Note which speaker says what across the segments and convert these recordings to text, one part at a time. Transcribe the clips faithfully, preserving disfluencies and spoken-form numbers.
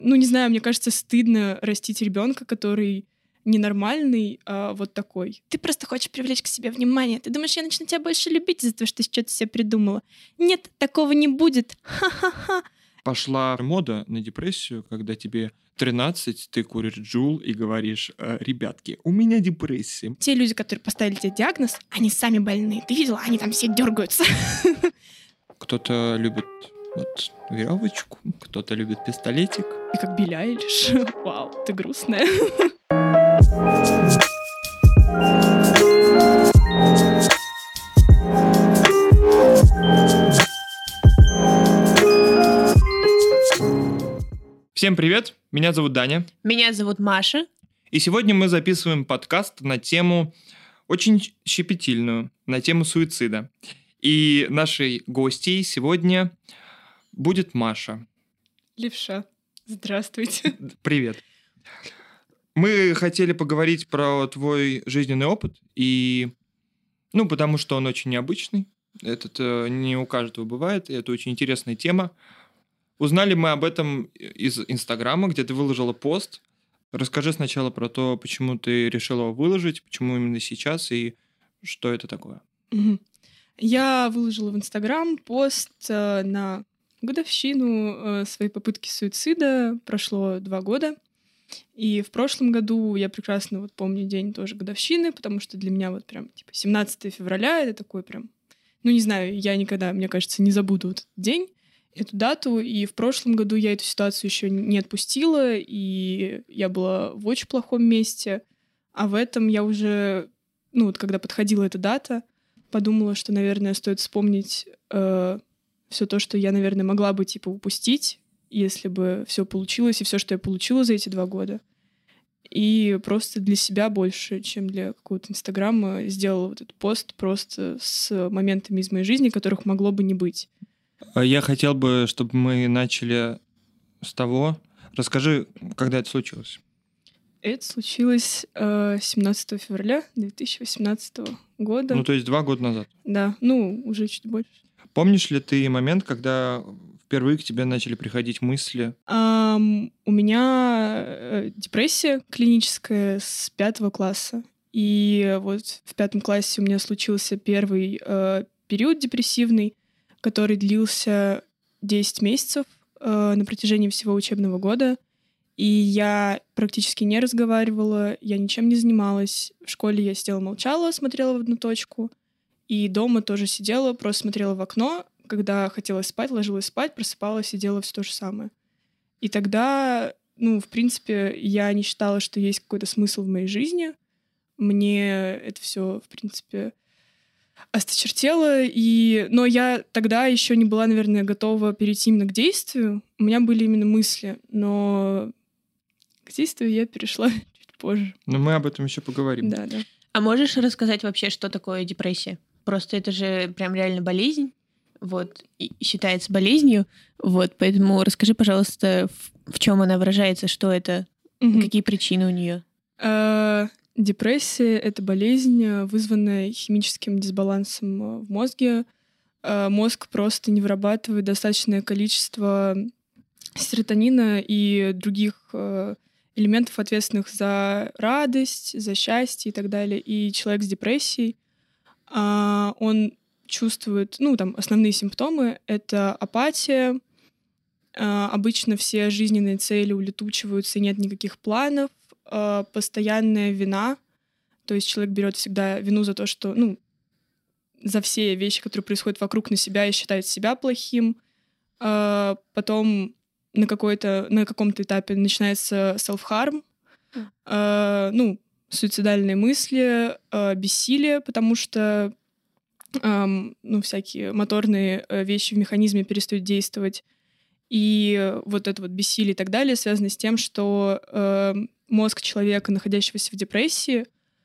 Speaker 1: Ну, не знаю, мне кажется, стыдно растить ребенка, который ненормальный, а вот такой. Ты просто хочешь привлечь к себе внимание. Ты думаешь, я начну тебя больше любить из-за того, что ты что-то себе придумала. Нет, такого не будет. Ха-ха-ха.
Speaker 2: Пошла мода на депрессию, когда тебе тринадцать, ты куришь джул и говоришь: «Э, ребятки, у меня депрессия».
Speaker 1: Те люди, которые поставили тебе диагноз, они сами больные. Ты видела? Они там все дергаются.
Speaker 2: Кто-то любит вот веревочку, кто-то любит пистолетик.
Speaker 1: И как Билли Айлиш. Вау, ты грустная.
Speaker 2: Всем привет, меня зовут Даня.
Speaker 3: Меня зовут Маша.
Speaker 2: И сегодня мы записываем подкаст на тему очень щепетильную, на тему суицида. И нашей гостьей сегодня будет Маша.
Speaker 1: Левша, здравствуйте.
Speaker 2: Привет. Мы хотели поговорить про твой жизненный опыт, и, ну, потому что он очень необычный. Это не у каждого бывает, и это очень интересная тема. Узнали мы об этом из Инстаграма, где ты выложила пост. Расскажи сначала про то, почему ты решила его выложить, почему именно сейчас и что это такое.
Speaker 1: Мгм. Я выложила в Инстаграм пост э, на годовщину э, своей попытки суицида. Прошло два года. И в прошлом году я прекрасно вот помню день тоже годовщины, потому что для меня вот прям типа семнадцатое февраля это такой прям... Ну, не знаю, я никогда, мне кажется, не забуду вот этот день, эту дату. И в прошлом году я эту ситуацию еще не отпустила, и я была в очень плохом месте. А в этом я уже, ну вот когда подходила эта дата, подумала, что, наверное, стоит вспомнить э, все то, что я, наверное, могла бы типа упустить, если бы все получилось, и все, что я получила за эти два года. И просто для себя больше, чем для какого-то Инстаграма, сделала вот этот пост просто с моментами из моей жизни, которых могло бы не быть.
Speaker 2: Я хотел бы, чтобы мы начали с того. Расскажи, когда это случилось.
Speaker 1: Это случилось э, семнадцатого февраля две тысячи восемнадцатого года.
Speaker 2: Ну, то есть два года назад.
Speaker 1: Да, ну, уже чуть больше.
Speaker 2: Помнишь ли ты момент, когда впервые к тебе начали приходить мысли?
Speaker 1: Ам, у меня э, депрессия клиническая с пятого класса. И вот в пятом классе у меня случился первый э, период депрессивный, который длился десять месяцев э, на протяжении всего учебного года. И я практически не разговаривала, я ничем не занималась. В школе я сидела, молчала, смотрела в одну точку. И дома тоже сидела, просто смотрела в окно. Когда хотела спать, ложилась спать, просыпалась, сидела все то же самое. И тогда, ну, в принципе, я не считала, что есть какой-то смысл в моей жизни. Мне это все, в принципе, осточертело. И... Но я тогда еще не была, наверное, готова перейти именно к действию. У меня были именно мысли, но к действию я перешла чуть позже.
Speaker 2: Но мы об этом еще поговорим.
Speaker 1: Да, да.
Speaker 3: А можешь рассказать вообще, что такое депрессия? Просто это же прям реально болезнь, вот, и считается болезнью, вот, поэтому расскажи, пожалуйста, в, в чем она выражается, что это,
Speaker 1: Мгм.
Speaker 3: какие причины у нее.
Speaker 1: Э, Депрессия — это болезнь, э, вызванная химическим дисбалансом э, в мозге. Э, Мозг просто не вырабатывает достаточное количество серотонина и других э, элементов, ответственных за радость, за счастье и так далее. И человек с депрессией, а, он чувствует, ну, там, основные симптомы — это апатия. А, Обычно все жизненные цели улетучиваются, и нет никаких планов. А, Постоянная вина. То есть человек берет всегда вину за то, что, ну, за все вещи, которые происходят вокруг, на себя, и считает себя плохим. А, Потом на, какой-то, на каком-то этапе начинается self-harm.
Speaker 3: Mm.
Speaker 1: А, Ну, суицидальные мысли, а, бессилие, потому что ам, ну, всякие моторные э, вещи в механизме перестают действовать. И э, вот это вот бессилие и так далее связано с тем, что э, мозг человека, находящегося в депрессии,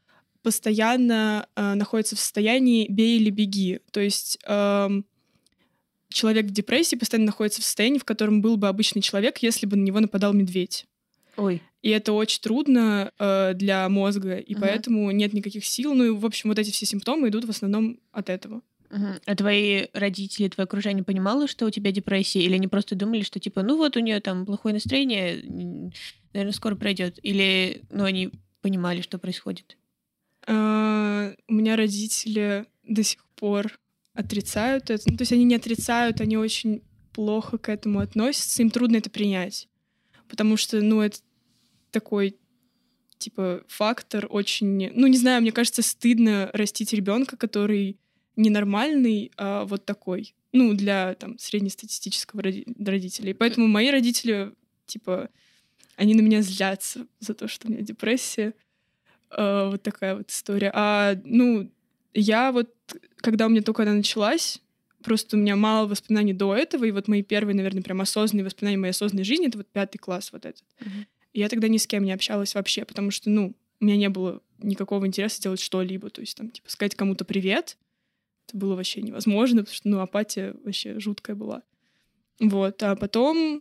Speaker 1: постоянно э, находится в состоянии «бей или беги». То есть эм, человек в депрессии постоянно находится в состоянии, в котором был бы обычный человек, если бы на него нападал медведь.
Speaker 3: Ой.
Speaker 1: И это очень трудно э, для мозга, и
Speaker 3: Ага.
Speaker 1: поэтому нет никаких сил. Ну и, в общем, вот эти все симптомы идут в основном от этого.
Speaker 3: Мгм. А твои родители, твое окружение понимало, что у тебя депрессия? Или они просто думали, что типа, ну вот у нее там плохое настроение, наверное, скоро пройдет? Или, ну, они понимали, что происходит?
Speaker 1: А, У меня родители до сих пор отрицают это. Ну, то есть они не отрицают, они очень плохо к этому относятся, им трудно это принять. Потому что, ну, это такой, типа, фактор очень... Ну, не знаю, мне кажется, стыдно растить ребенка, который ненормальный, а вот такой. Ну, для, там, среднестатистического роди- родителя. И поэтому мои родители, типа, они на меня злятся за то, что у меня депрессия. А, вот такая вот история. А, ну, я вот, когда у меня только она началась, просто у меня мало воспоминаний до этого, и вот мои первые, наверное, прям осознанные воспоминания моей осознанной жизни — это вот пятый класс вот этот.
Speaker 3: Мгм.
Speaker 1: И я тогда ни с кем не общалась вообще, потому что, ну, у меня не было никакого интереса делать что-либо. То есть, там, типа, сказать кому-то привет, это было вообще невозможно, потому что, ну, апатия вообще жуткая была. Вот. А потом...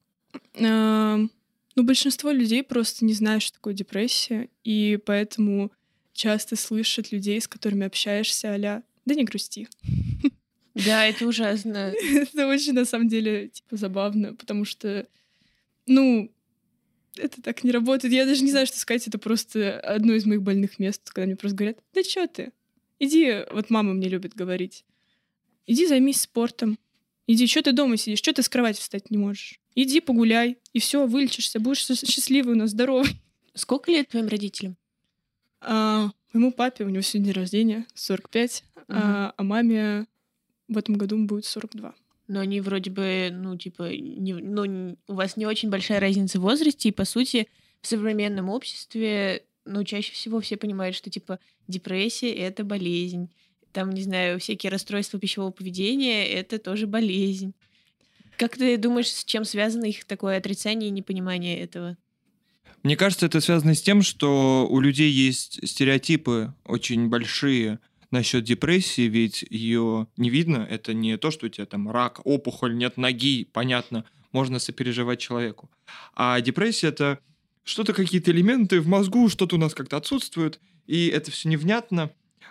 Speaker 1: а, ну, большинство людей просто не знают, что такое депрессия, и поэтому часто слышат людей, с которыми общаешься, а-ля «да не грусти».
Speaker 3: Да, это ужасно.
Speaker 1: Это очень, на самом деле, типа, забавно, потому что, ну, это так не работает. Я даже не знаю, что сказать. Это просто одно из моих больных мест, когда мне просто говорят: да чё ты? Иди, вот мама мне любит говорить, иди займись спортом. Иди, что ты дома сидишь? Что ты с кровати встать не можешь? Иди погуляй, и все, вылечишься, будешь ш- счастливый у нас, здоровый.
Speaker 3: Сколько лет твоим родителям?
Speaker 1: А, моему папе, у него сегодня день рождения, сорок пять, а, а маме в этом году будет сорок два.
Speaker 3: Но они вроде бы, ну, типа, не, ну, н- у вас не очень большая разница в возрасте, и, по сути, в современном обществе, ну, чаще всего все понимают, что, типа, депрессия — это болезнь. Там, не знаю, всякие расстройства пищевого поведения — это тоже болезнь. Как ты думаешь, с чем связано их такое отрицание и непонимание этого?
Speaker 2: Мне кажется, это связано с тем, что у людей есть стереотипы очень большие насчет депрессии, ведь ее не видно. Это не то, что у тебя там рак, опухоль, нет ноги, понятно, можно сопереживать человеку. А депрессия — это что-то, какие-то элементы в мозгу, что-то у нас как-то отсутствует, и это все невнятно.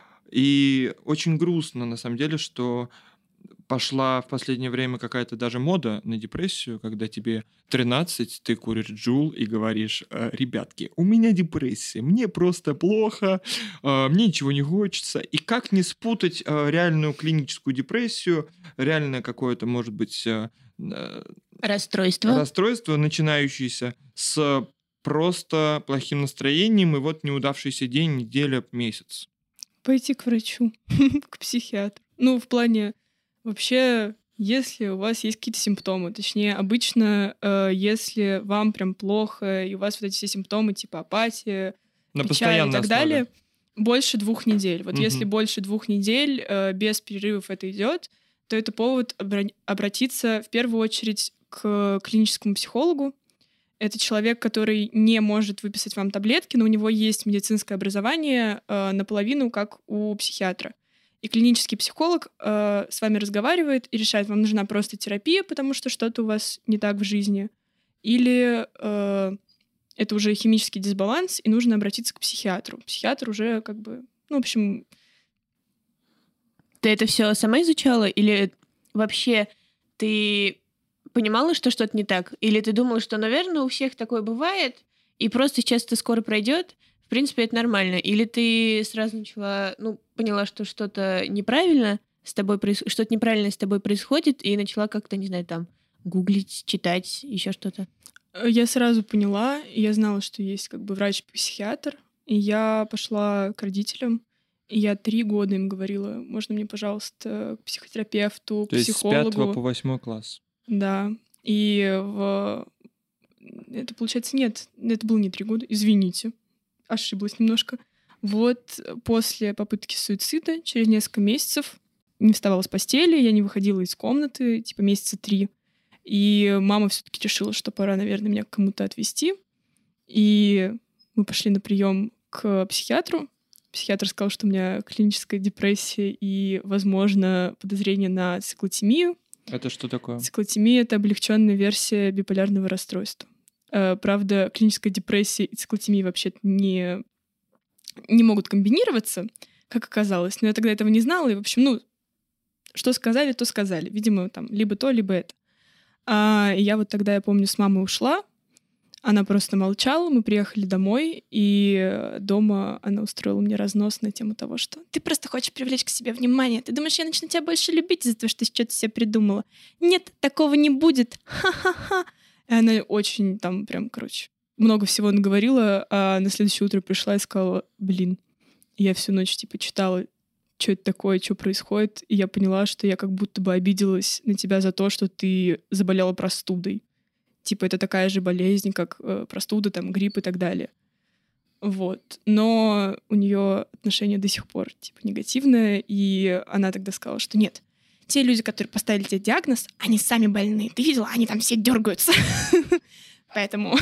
Speaker 2: И очень грустно, на самом деле, что пошла в последнее время какая-то даже мода на депрессию, когда тебе тринадцать, ты куришь джул и говоришь: «Э, ребятки, у меня депрессия, мне просто плохо, э, мне ничего не хочется». И как не спутать э, реальную клиническую депрессию, реальное какое-то, может быть, э, э,
Speaker 3: Расстройство.
Speaker 2: расстройство, начинающееся с просто плохим настроением, и вот неудавшийся день, неделя, месяц.
Speaker 1: Пойти к врачу, к психиатру. Ну, в плане, вообще, если у вас есть какие-то симптомы, точнее, обычно, э, если вам прям плохо, и у вас вот эти все симптомы, типа апатия,
Speaker 2: На
Speaker 1: печаль и
Speaker 2: постоянной
Speaker 1: так
Speaker 2: основе.
Speaker 1: далее, больше двух недель. Вот
Speaker 2: Мгм.
Speaker 1: если больше двух недель э, без перерывов это идет, то это повод обра- обратиться в первую очередь к клиническому психологу. Это человек, который не может выписать вам таблетки, но у него есть медицинское образование э, наполовину, как у психиатра. И клинический психолог э, с вами разговаривает и решает, вам нужна просто терапия, потому что что-то у вас не так в жизни, или э, это уже химический дисбаланс, и нужно обратиться к психиатру. Психиатр уже как бы, ну, в общем,
Speaker 3: Ты это все сама изучала? Или вообще ты понимала, что что-то не так? Или ты думала, что, наверное, у всех такое бывает, и просто сейчас это скоро пройдет? В принципе, это нормально. Или ты сразу начала, ну, поняла, что что-то неправильно с тобой проис- что-то неправильно с тобой происходит, и начала как-то, не знаю, там, гуглить, читать, еще что-то?
Speaker 1: э, я сразу поняла, и я знала, что есть как бы врач-психиатр, и я пошла к родителям, и я три года им говорила: можно мне, пожалуйста, к психотерапевту, к
Speaker 2: То есть с пятого
Speaker 1: психологу.
Speaker 2: по восьмой класс.
Speaker 1: Да. И в... это, получается, нет, это было не три года, извините, ошиблась немножко. Вот после попытки суицида, через несколько месяцев, не вставала с постели, я не выходила из комнаты, типа месяца три. И мама все-таки решила, что пора, наверное, меня к кому-то отвезти. И мы пошли на прием к психиатру. Психиатр сказал, что у меня клиническая депрессия и, возможно, подозрение на циклотемию.
Speaker 2: Это что такое?
Speaker 1: Циклотемия — это облегченная версия биполярного расстройства. Э, Правда, клиническая депрессия и циклотемия вообще не, не могут комбинироваться, как оказалось. Но я тогда этого не знала. И, в общем, ну, что сказали, то сказали. Видимо, там либо то, либо это. А, и я вот тогда, я помню, с мамой ушла, она просто молчала, мы приехали домой, и дома она устроила мне разнос на тему того, что ты просто хочешь привлечь к себе внимание, ты думаешь, я начну тебя больше любить из-за того, что ты что-то себе придумала. Нет, такого не будет. Ха-ха-ха. И она очень там прям, короче, много всего наговорила, а на следующее утро пришла и сказала, блин, я всю ночь типа читала, что это такое, что происходит, и я поняла, что я как будто бы обиделась на тебя за то, что ты заболела простудой. Типа это такая же болезнь, как э, простуда, там, грипп и так далее. Вот. Но у нее отношение до сих пор типа негативное, и она тогда сказала, что нет, те люди, которые поставили тебе диагноз, они сами больные. Ты видела? Они там все дергаются. Поэтому...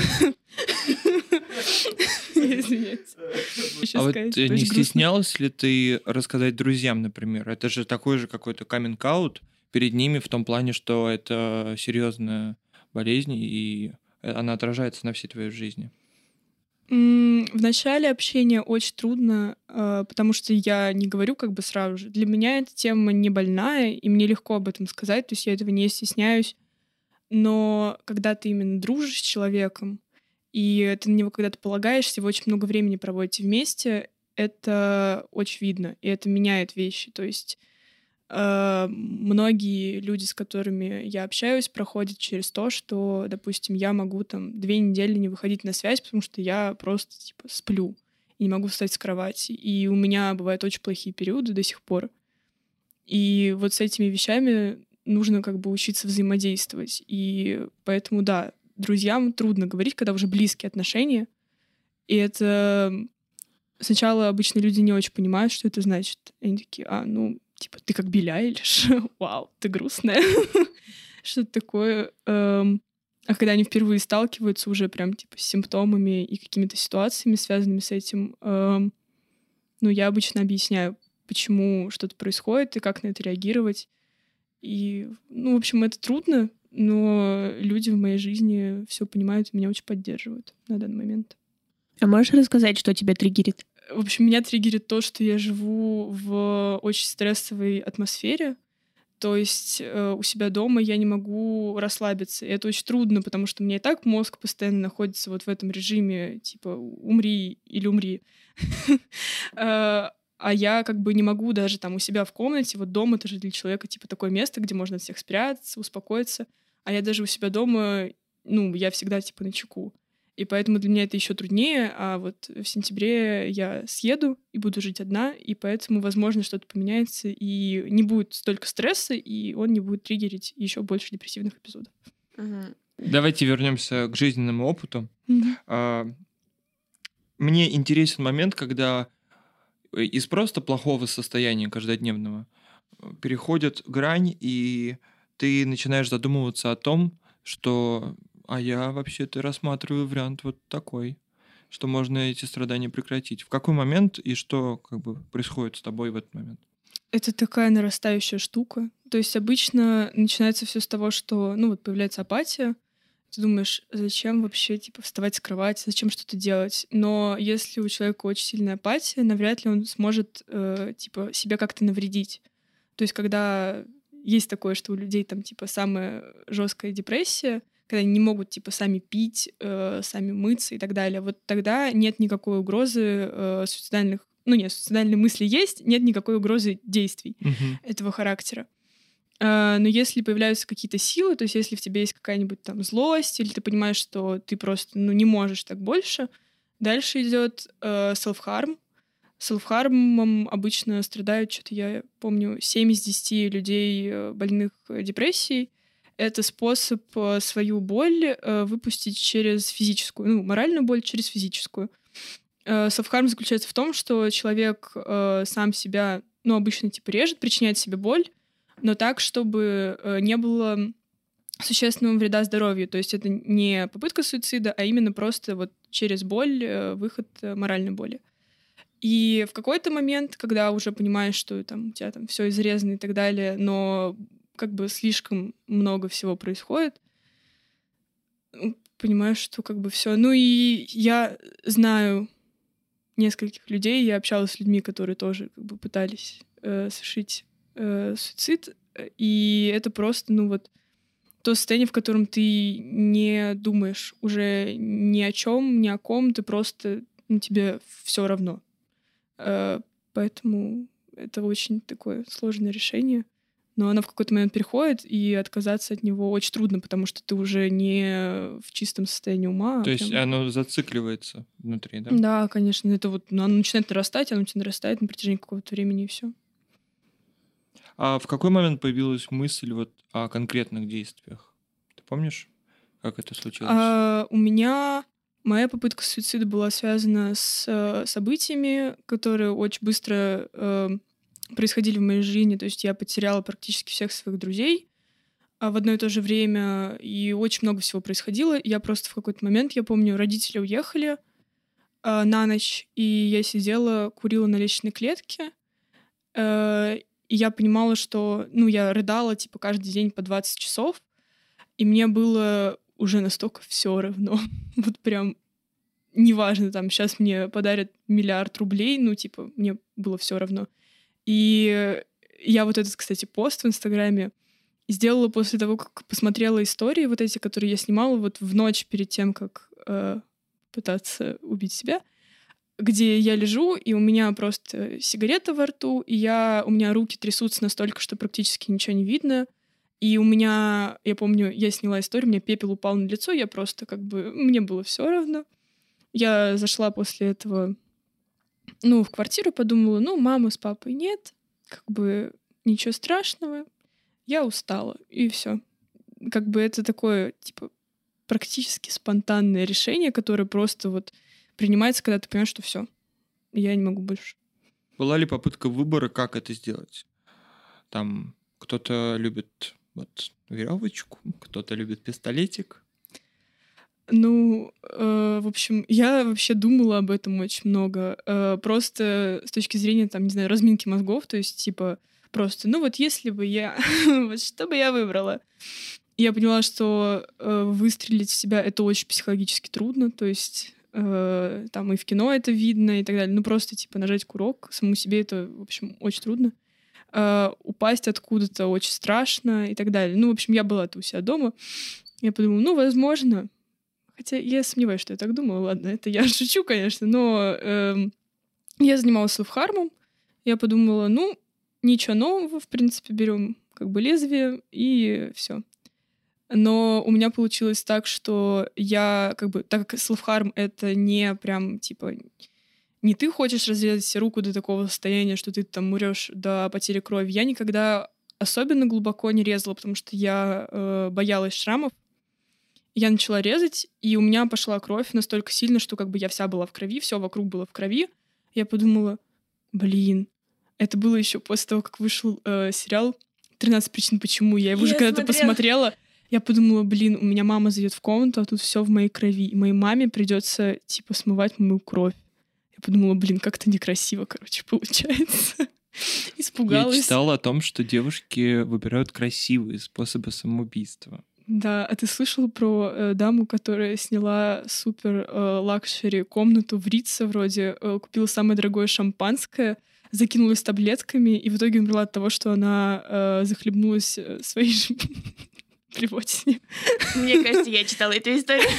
Speaker 1: Извиняюсь.
Speaker 2: А вот не стеснялась ли ты рассказать друзьям, например? Это же такой же какой-то каминг-аут перед ними в том плане, что это серьезная болезнь, и она отражается на всей твоей жизни.
Speaker 1: В начале общения очень трудно, потому что я не говорю как бы сразу же. Для меня эта тема не больная, и мне легко об этом сказать, то есть я этого не стесняюсь. Но когда ты именно дружишь с человеком, и ты на него когда-то полагаешься, вы очень много времени проводите вместе, это очень видно, и это меняет вещи. То есть э, многие люди, с которыми я общаюсь, проходят через то, что, допустим, я могу там две недели не выходить на связь, потому что я просто типа сплю и не могу встать с кровати. И у меня бывают очень плохие периоды до сих пор. И вот с этими вещами нужно как бы учиться взаимодействовать. И поэтому, да, друзьям трудно говорить, когда уже близкие отношения. И это сначала обычно люди не очень понимают, что это значит. Они такие, а, ну, типа, ты как Билли Айлиш, вау, ты грустная. Что-то такое. А когда они впервые сталкиваются уже прям типа с симптомами и какими-то ситуациями, связанными с этим, ну, я обычно объясняю, почему что-то происходит и как на это реагировать. И, ну, в общем, это трудно, но люди в моей жизни все понимают и меня очень поддерживают на данный момент.
Speaker 3: А можешь рассказать, что тебя триггерит?
Speaker 1: В общем, меня триггерит то, что я живу в очень стрессовой атмосфере. То есть э, у себя дома я не могу расслабиться. И это очень трудно, потому что у меня и так мозг постоянно находится вот в этом режиме, типа, умри или умри. А я как бы не могу даже там у себя в комнате, вот дом — это же для человека типа такое место, где можно от всех спрятаться, успокоиться. А я даже у себя дома, ну, я всегда типа начеку. И поэтому для меня это еще труднее. А вот в сентябре я съеду и буду жить одна, и поэтому, возможно, что-то поменяется, и не будет столько стресса, и он не будет триггерить еще больше депрессивных эпизодов.
Speaker 3: Угу.
Speaker 2: Давайте вернемся к жизненному опыту.
Speaker 1: Mm-hmm.
Speaker 2: А, мне интересен момент, когда из просто плохого состояния каждодневного переходит грань, и ты начинаешь задумываться о том, что а я вообще-то рассматриваю вариант вот такой, что можно эти страдания прекратить. В какой момент и что как бы происходит с тобой в этот момент?
Speaker 1: Это такая нарастающая штука. То есть обычно начинается все с того, что, ну, вот появляется апатия. Ты думаешь, зачем вообще, типа, вставать с кровати, зачем что-то делать? Но если у человека очень сильная апатия, навряд ли он сможет, э, типа, себе как-то навредить. То есть когда есть такое, что у людей там, типа, самая жесткая депрессия, когда они не могут, типа, сами пить, э, сами мыться и так далее, вот тогда нет никакой угрозы э, суицидальных... Ну нет, суицидальные мысли есть, нет никакой угрозы действий
Speaker 2: Мгм.
Speaker 1: этого характера. А, но если появляются какие-то силы, то есть если в тебе есть какая-нибудь там злость, или ты понимаешь, что ты просто ну, не можешь так больше, дальше идет э, self-harm. Self-harmом обычно страдают, что-то я помню, семь из десяти людей, э, больных депрессией. Это способ э, свою боль э, выпустить через физическую, ну, моральную боль через физическую. Э, self-harm заключается в том, что человек э, сам себя, ну, обычно типа режет, причиняет себе боль, но так, чтобы э, не было существенного вреда здоровью. То есть это не попытка суицида, а именно просто вот через боль э, выход э, моральной боли. И в какой-то момент, когда уже понимаешь, что там, у тебя там все изрезано и так далее, но как бы слишком много всего происходит, понимаешь, что как бы все. Ну и я знаю нескольких людей, я общалась с людьми, которые тоже как бы пытались э, совершить э, суицид, и это просто, ну вот, то состояние, в котором ты не думаешь уже ни о чем, ни о ком, ты просто, ну, тебе все равно. Э, поэтому это очень такое сложное решение. Но оно в какой-то момент приходит, и отказаться от него очень трудно, потому что ты уже не в чистом состоянии ума.
Speaker 2: То
Speaker 1: а
Speaker 2: есть
Speaker 1: прям...
Speaker 2: оно зацикливается внутри, да?
Speaker 1: Да, конечно. Это вот, ну, оно начинает нарастать, оно начинает нарастать на протяжении какого-то времени, и все.
Speaker 2: А в какой момент появилась мысль вот о конкретных действиях? Ты помнишь, как это случилось?
Speaker 1: А, у меня моя попытка суицида была связана с э, событиями, которые очень быстро э, происходили в моей жизни. То есть я потеряла практически всех своих друзей а в одно и то же время, и очень много всего происходило. Я просто в какой-то момент, я помню, родители уехали э, на ночь, и я сидела, курила на лестничной клетке, э, и я понимала, что, ну, я рыдала, типа, каждый день по двадцать часов, и мне было уже настолько все равно. Вот прям неважно, там, сейчас мне подарят миллиард рублей, ну, типа, мне было все равно. И я вот этот, кстати, пост в Инстаграме сделала после того, как посмотрела истории вот эти, которые я снимала вот в ночь перед тем, как э, пытаться убить себя, где я лежу, и у меня просто сигарета во рту, и я, у меня руки трясутся настолько, что практически ничего не видно. И у меня, я помню, я сняла историю, у меня пепел упал на лицо, я просто как бы, мне было все равно. Я зашла после этого, ну, в квартиру, подумала, ну, мамы с папой нет, как бы ничего страшного, я устала, и все. Как бы это такое, типа, практически спонтанное решение, которое просто вот принимается, когда ты понимаешь, что все, я не могу больше.
Speaker 2: Была ли попытка выбора, как это сделать? Там кто-то любит вот веревочку, кто-то любит пистолетик.
Speaker 1: Ну, э, в общем, я вообще думала об этом очень много. Э, просто с точки зрения, там, не знаю, разминки мозгов, то есть, типа, просто, ну вот если бы я... вот что бы я выбрала? Я поняла, что э, выстрелить в себя — это очень психологически трудно, то есть э, там и в кино это видно и так далее. Ну, просто, типа, нажать курок самому себе — это, в общем, очень трудно. Э, упасть откуда-то очень страшно и так далее. Ну, в общем, я была-то у себя дома. Я подумала, ну, возможно... Хотя я сомневаюсь, что я так думала. Ладно, это я шучу, конечно, но эм, я занималась селф-хармом. Я подумала, ну, ничего нового, в принципе, берем как бы лезвие и все. Но у меня получилось так, что я как бы, так как селф-харм — это не прям, типа, не ты хочешь разрезать себе руку до такого состояния, что ты там умрешь до потери крови. Я никогда особенно глубоко не резала, потому что я э, боялась шрамов. Я начала резать, и у меня пошла кровь настолько сильно, что как бы я вся была в крови, все вокруг было в крови. Я подумала, блин, это было еще после того, как вышел э, сериал «тринадцать причин почему». Я его
Speaker 3: Я
Speaker 1: уже когда-то
Speaker 3: смотрела.
Speaker 1: посмотрела. Я подумала, блин, у меня мама зайдет в комнату, а тут все в моей крови. И моей маме придется типа смывать мою кровь. Я подумала, блин, как-то некрасиво, короче, получается. Испугалась.
Speaker 2: Я читала о том, что девушки выбирают красивые способы самоубийства.
Speaker 1: Да, а ты слышал про э, даму, которая сняла супер э, лакшери комнату в Рице вроде, э, купила самое дорогое шампанское, закинулась таблетками и в итоге умерла от того, что она э, захлебнулась э, своей же блевотине.
Speaker 3: Мне кажется, я читала эту историю.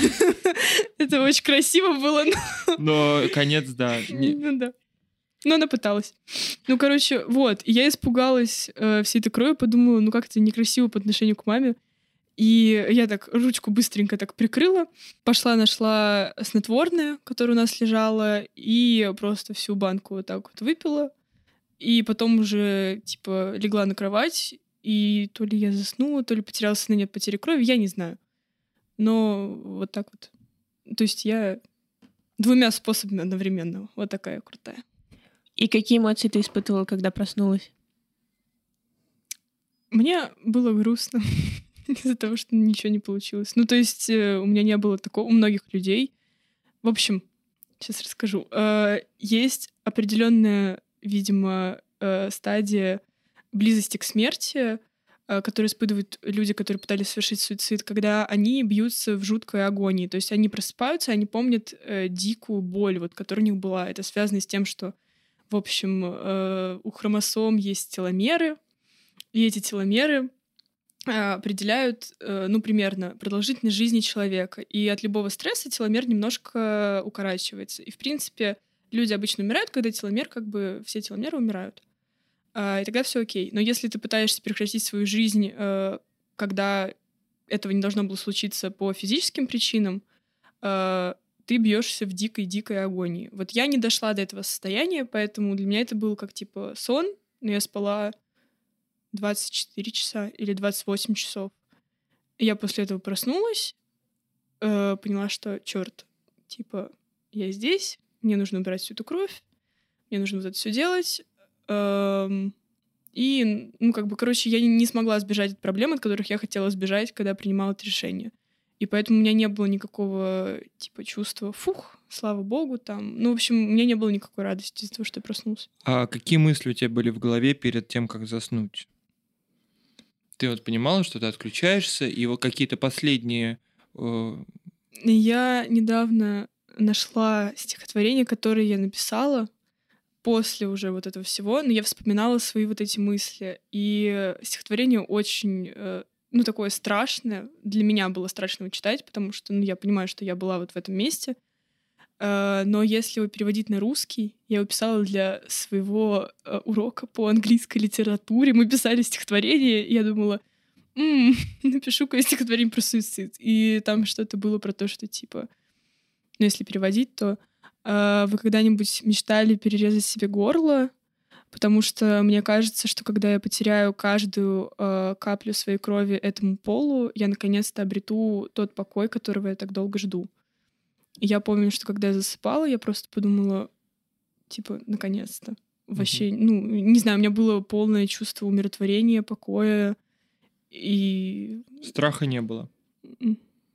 Speaker 1: Это очень красиво было, но...
Speaker 2: Но конец, да. не-
Speaker 1: Ну да. Но она пыталась. Ну, короче, вот. И я испугалась э, всей этой крови, подумала, ну как это некрасиво по отношению к маме. И я так ручку быстренько так прикрыла, пошла, нашла снотворное, которое у нас лежало, и просто всю банку вот так вот выпила. И потом уже, типа, легла на кровать, и то ли я заснула, то ли потеряла сознание от потери крови, я не знаю. Но вот так вот. То есть я двумя способами одновременно. Вот такая крутая.
Speaker 3: И какие эмоции ты испытывала, когда проснулась?
Speaker 1: Мне было грустно из-за того, что ничего не получилось. Ну, то есть э, у меня не было такого, у многих людей. В общем, сейчас расскажу. Э, есть определенная, видимо, э, стадия близости к смерти, э, которую испытывают люди, которые пытались совершить суицид, когда они бьются в жуткой агонии. То есть они просыпаются, они помнят э, дикую боль, вот, которая у них была. Это связано с тем, что, в общем, э, у хромосом есть теломеры, И эти теломеры определяют, ну, примерно продолжительность жизни человека. И от любого стресса теломер немножко укорачивается. И, в принципе, люди обычно умирают, когда теломер, как бы, все теломеры умирают. И тогда все окей. Но если ты пытаешься прекратить свою жизнь, когда этого не должно было случиться по физическим причинам, ты бьешься в дикой-дикой агонии. Вот я не дошла до этого состояния, поэтому для меня это был как, типа, сон, но я спала двадцать четыре часа или двадцать восемь часов. И я после этого проснулась, э, поняла, что, черт, типа, я здесь, мне нужно убирать всю эту кровь, мне нужно вот это все делать. Эм, и, ну, как бы, короче, я не смогла сбежать от проблем, от которых я хотела сбежать, когда принимала это решение. И поэтому у меня не было никакого, типа, чувства, фух, слава богу, там. Ну, в общем, у меня не было никакой радости из-за того, что я проснулась.
Speaker 2: А какие мысли у тебя были в голове перед тем, как заснуть? Ты вот понимала, что ты отключаешься, и вот какие-то последние... Э...
Speaker 1: Я недавно нашла стихотворение, которое я написала после уже вот этого всего, но я вспоминала свои вот эти мысли. И стихотворение очень, э, ну, такое страшное. Для меня было страшно его читать, потому что, ну, я понимаю, что я была вот в этом месте. Э, но если его переводить на русский, я его писала для своего э, урока по английской литературе. Мы писали стихотворение, и я думала, м-м, напишу-ка я стихотворение про суицид. И там что-то было про то, что, типа, ну, если переводить, то э, вы когда-нибудь мечтали перерезать себе горло? Потому что мне кажется, что когда я потеряю каждую э, каплю своей крови этому полу, я наконец-то обрету тот покой, которого я так долго жду. И я помню, что когда я засыпала, я просто подумала, типа, наконец-то. Вообще, mm-hmm. ну, не знаю, у меня было полное чувство умиротворения, покоя и...
Speaker 2: Страха не было?
Speaker 1: Mm-mm.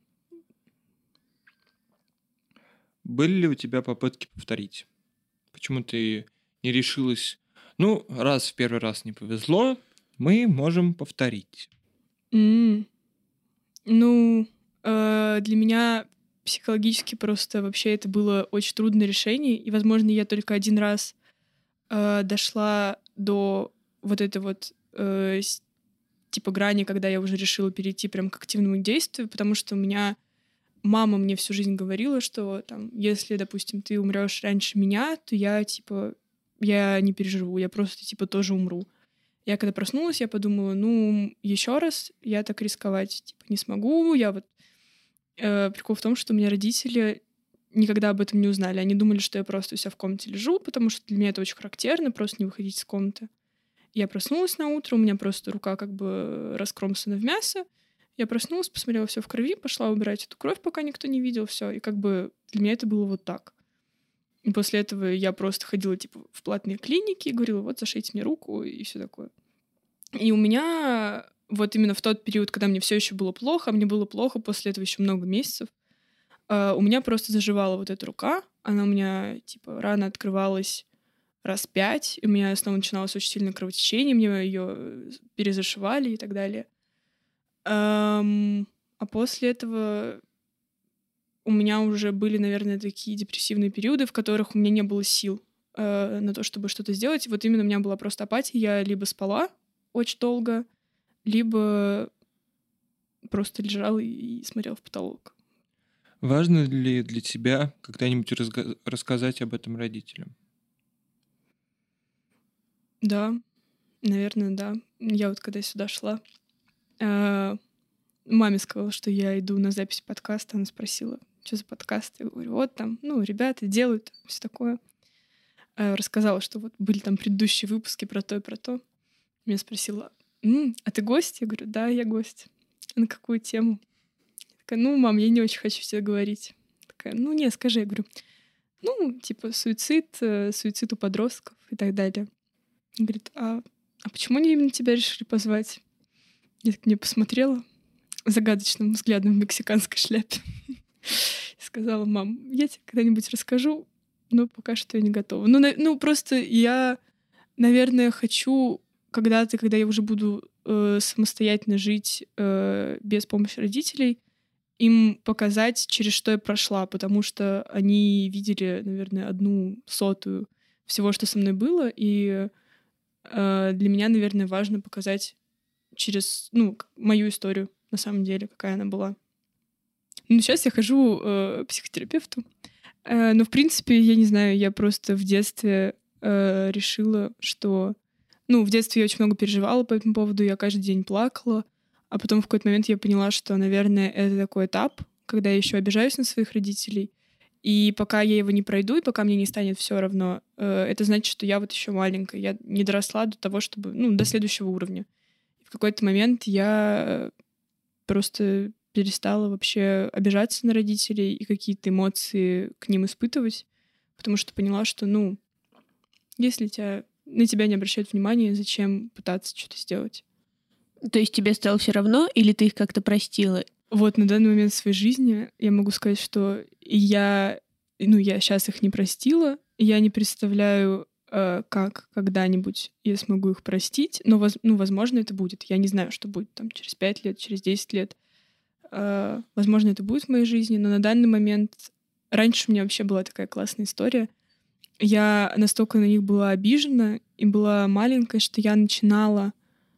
Speaker 2: Были ли у тебя попытки повторить? Почему ты не решилась? Ну, раз в первый раз не повезло, мы можем повторить.
Speaker 1: Mm. Ну, э, для меня психологически просто вообще это было очень трудное решение, и, возможно, я только один раз э, дошла до вот этой вот э, типа грани, когда я уже решила перейти прям к активному действию, потому что у меня мама мне всю жизнь говорила, что там, если, допустим, ты умрешь раньше меня, то я, типа, я не переживу, я просто, типа, тоже умру. Я когда проснулась, я подумала, ну, еще раз я так рисковать, типа, не смогу. Я вот... Э, прикол в том, что у меня родители никогда об этом не узнали. Они думали, что я просто у себя в комнате лежу, потому что для меня это очень характерно, просто не выходить из комнаты. Я проснулась на утро, у меня просто рука как бы раскромсана в мясо. Я проснулась, посмотрела, все в крови, пошла убирать эту кровь, пока никто не видел, все. И как бы для меня это было вот так. И после этого я просто ходила типа в платные клиники и говорила, вот, зашейте мне руку и все такое. И у меня вот именно в тот период, когда мне все еще было плохо, а мне было плохо после этого еще много месяцев, у меня просто заживала вот эта рука. Она у меня типа рана открывалась раз пять, и у меня снова начиналось очень сильное кровотечение, мне ее перезашивали и так далее. Um, а после этого у меня уже были, наверное, такие депрессивные периоды, в которых у меня не было сил uh, на то, чтобы что-то сделать. Вот именно у меня была просто апатия. Я либо спала очень долго, либо просто лежала и смотрела в потолок.
Speaker 2: Важно ли для тебя когда-нибудь разга- рассказать об этом родителям?
Speaker 1: Да, наверное, да. Я вот когда сюда шла, Uh, маме сказала, что я иду на запись подкаста. Она спросила, что за подкаст? Я говорю, вот там, ну, ребята делают, все такое. Uh, рассказала, что вот были там предыдущие выпуски про то и про то. Меня спросила, М, а ты гость? Я говорю, да, я гость. А на какую тему? Я такая, ну, мам, я не очень хочу тебе говорить. Такая, ну, не, скажи. Я говорю, ну, типа, суицид, э, суицид у подростков и так далее. Он говорит, а, а почему они именно тебя решили позвать? Я так мне посмотрела загадочным взглядом в мексиканской шляпе. И сказала, мам, я тебе когда-нибудь расскажу, но пока что я не готова. Ну, на, ну просто я, наверное, хочу когда-то, когда я уже буду э, самостоятельно жить э, без помощи родителей, им показать, через что я прошла, потому что они видели, наверное, одну сотую всего, что со мной было, и для меня, наверное, важно показать через, ну, к- мою историю, на самом деле, какая она была. Ну, сейчас я хожу э, к психотерапевту. Э, но, в принципе, я не знаю, я просто в детстве э, решила, что... Ну, в детстве я очень много переживала по этому поводу, я каждый день плакала, а потом в какой-то момент я поняла, что, наверное, это такой этап, когда я еще обижаюсь на своих родителей, и пока я его не пройду, и пока мне не станет все равно, э, это значит, что я вот еще маленькая, я не доросла до того, чтобы... Ну, до следующего уровня. В какой-то момент я просто перестала вообще обижаться на родителей и какие-то эмоции к ним испытывать, потому что поняла, что, ну, если тебя, на тебя не обращают внимания, зачем пытаться что-то сделать?
Speaker 3: То есть тебе стало все равно, или ты их как-то простила?
Speaker 1: Вот на данный момент в своей жизни я могу сказать, что я, ну, я сейчас их не простила, я не представляю, э, как когда-нибудь я смогу их простить, но, воз- ну, возможно, это будет. Я не знаю, что будет там через пять лет, через десять лет. Э, возможно, это будет в моей жизни, но на данный момент... Раньше у меня вообще была такая классная история. Я настолько на них была обижена и была маленькая, что я начинала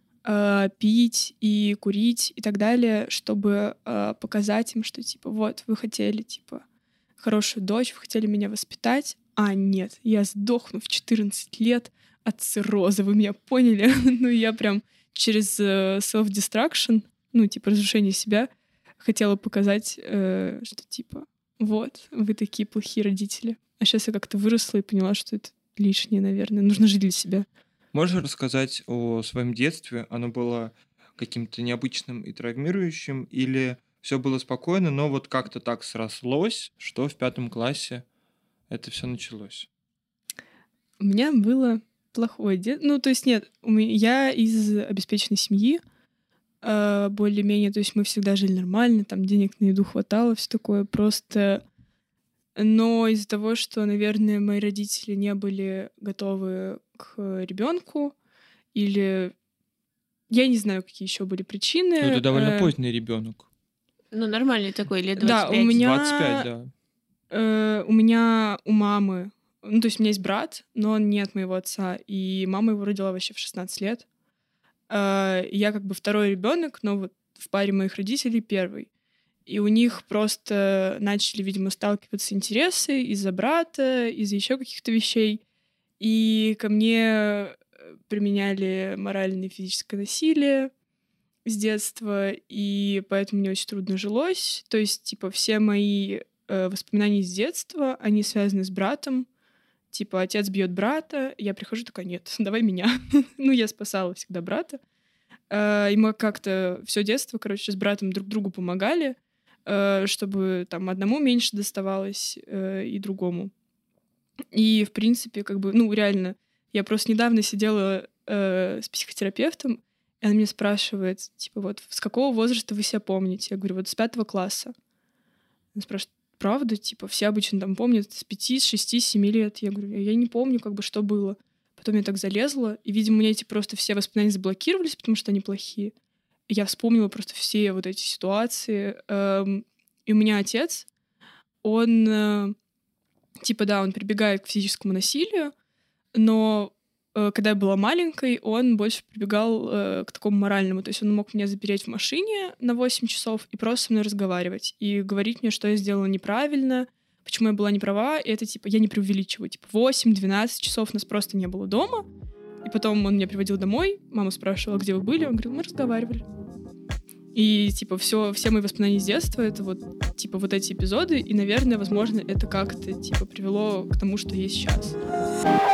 Speaker 1: э, пить и курить и так далее, чтобы э, показать им, что, типа, вот, вы хотели, типа, хорошую дочь, вы хотели меня воспитать, а нет, я сдохну в четырнадцать лет от цирроза, вы меня поняли? Ну, я прям через э, self-destruction, ну, типа, разрушение себя, хотела показать, э, что, типа, вот, вы такие плохие родители. А сейчас я как-то выросла и поняла, что это лишнее, наверное. Нужно жить для себя.
Speaker 2: Можешь рассказать о своем детстве? Оно было каким-то необычным и травмирующим, или все было спокойно, но вот как-то так срослось, что в пятом классе это все началось?
Speaker 1: У меня было плохое детство. Ну, то есть нет, у меня... я из обеспеченной семьи, э, более-менее, то есть мы всегда жили нормально, там денег на еду хватало, все такое, просто... Но из-за того, что, наверное, мои родители не были готовы к ребенку, или я не знаю, какие еще были причины.
Speaker 2: Ну, ты довольно
Speaker 1: э,
Speaker 2: поздний ребенок.
Speaker 3: Ну, нормальный такой, лет двадцать
Speaker 1: Да, у
Speaker 3: пять.
Speaker 1: меня...
Speaker 2: двадцать пять, да.
Speaker 1: э, у меня у мамы... Ну, то есть у меня есть брат, но он не от моего отца, и мама его родила вообще в шестнадцать лет. Э, я как бы второй ребенок, но вот в паре моих родителей первый. И у них просто начали, видимо, сталкиваться интересы из-за брата, из-за еще каких-то вещей. И ко мне э, применяли моральное и физическое насилие с детства, и поэтому мне очень трудно жилось. То есть, типа, все мои э, воспоминания с детства, они связаны с братом. Типа, отец бьет брата, я прихожу, такая, нет, давай меня. Ну, я спасала всегда брата. Э, И мы как-то все детство, короче, с братом друг другу помогали, э, чтобы там одному меньше доставалось э, и другому. И, в принципе, как бы, ну, реально, я просто недавно сидела э, с психотерапевтом, и она меня спрашивает, типа, вот, с какого возраста вы себя помните? Я говорю, вот с пятого класса. Она спрашивает, правда? Типа, все обычно там помнят с пяти, с шести, с семи лет. Я говорю, я не помню, как бы, что было. Потом я так залезла, и, видимо, у меня эти просто все воспоминания заблокировались, потому что они плохие. И я вспомнила просто все вот эти ситуации. Эм, И у меня отец, он, э, типа, да, он прибегает к физическому насилию, но э, когда я была маленькой, он больше прибегал э, к такому моральному. То есть он мог меня запереть в машине на восемь часов и просто со мной разговаривать. И говорить мне, что я сделала неправильно, почему я была не права. И это, типа, я не преувеличиваю. Типа, восемь-двенадцать часов нас просто не было дома. И потом он меня приводил домой. Мама спрашивала, где вы были. Он говорил, мы разговаривали. И, типа, все, все мои воспоминания с детства — это вот, типа, вот эти эпизоды. И, наверное, возможно, это как-то, типа, привело к тому, что есть сейчас.